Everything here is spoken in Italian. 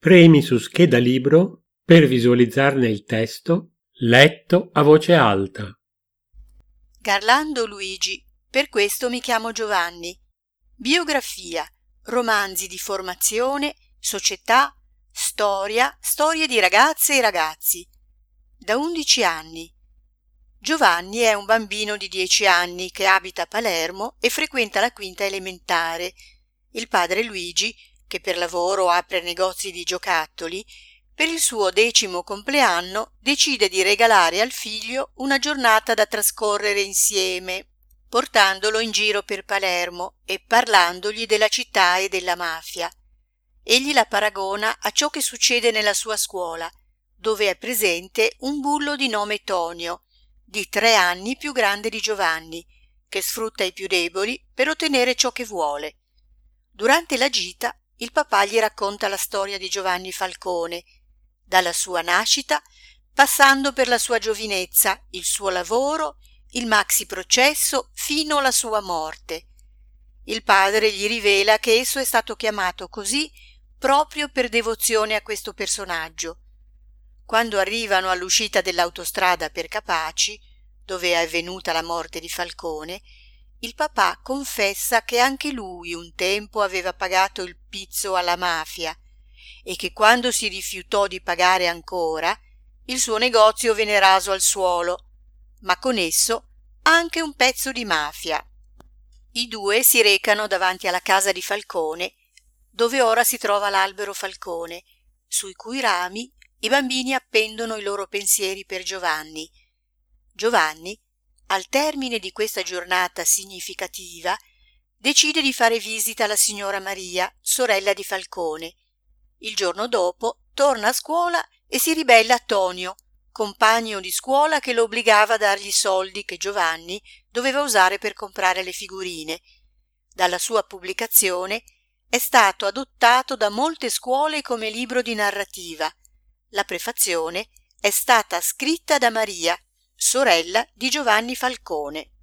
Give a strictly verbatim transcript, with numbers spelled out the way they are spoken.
Premi su scheda libro per visualizzarne il testo letto a voce alta. Garlando Luigi, per questo mi chiamo Giovanni. Biografia, romanzi di formazione, società, storia, storie di ragazze e ragazzi. Da undici anni. Giovanni è un bambino di dieci anni che abita a Palermo e frequenta la quinta elementare. Il padre Luigi, che per lavoro apre negozi di giocattoli, per il suo decimo compleanno decide di regalare al figlio una giornata da trascorrere insieme, portandolo in giro per Palermo e parlandogli della città e della mafia. Egli la paragona a ciò che succede nella sua scuola, dove è presente un bullo di nome Tonio, di tre anni più grande di Giovanni, che sfrutta i più deboli per ottenere ciò che vuole. Durante la gita il papà gli racconta la storia di Giovanni Falcone, dalla sua nascita, passando per la sua giovinezza, il suo lavoro, il maxi processo fino alla sua morte. Il padre gli rivela che esso è stato chiamato così proprio per devozione a questo personaggio. Quando arrivano all'uscita dell'autostrada per Capaci, dove è avvenuta la morte di Falcone, il papà confessa che anche lui un tempo aveva pagato il pizzo alla mafia e che quando si rifiutò di pagare ancora, il suo negozio venne raso al suolo, ma con esso anche un pezzo di mafia. I due si recano davanti alla casa di Falcone, dove ora si trova l'albero Falcone, sui cui rami i bambini appendono i loro pensieri per Giovanni. Giovanni, al termine di questa giornata significativa, decide di fare visita alla signora Maria, sorella di Falcone. Il giorno dopo torna a scuola e si ribella a Tonio, compagno di scuola che lo obbligava a dargli i soldi che Giovanni doveva usare per comprare le figurine. Dalla sua pubblicazione è stato adottato da molte scuole come libro di narrativa. La prefazione è stata scritta da Maria, sorella di Giovanni Falcone.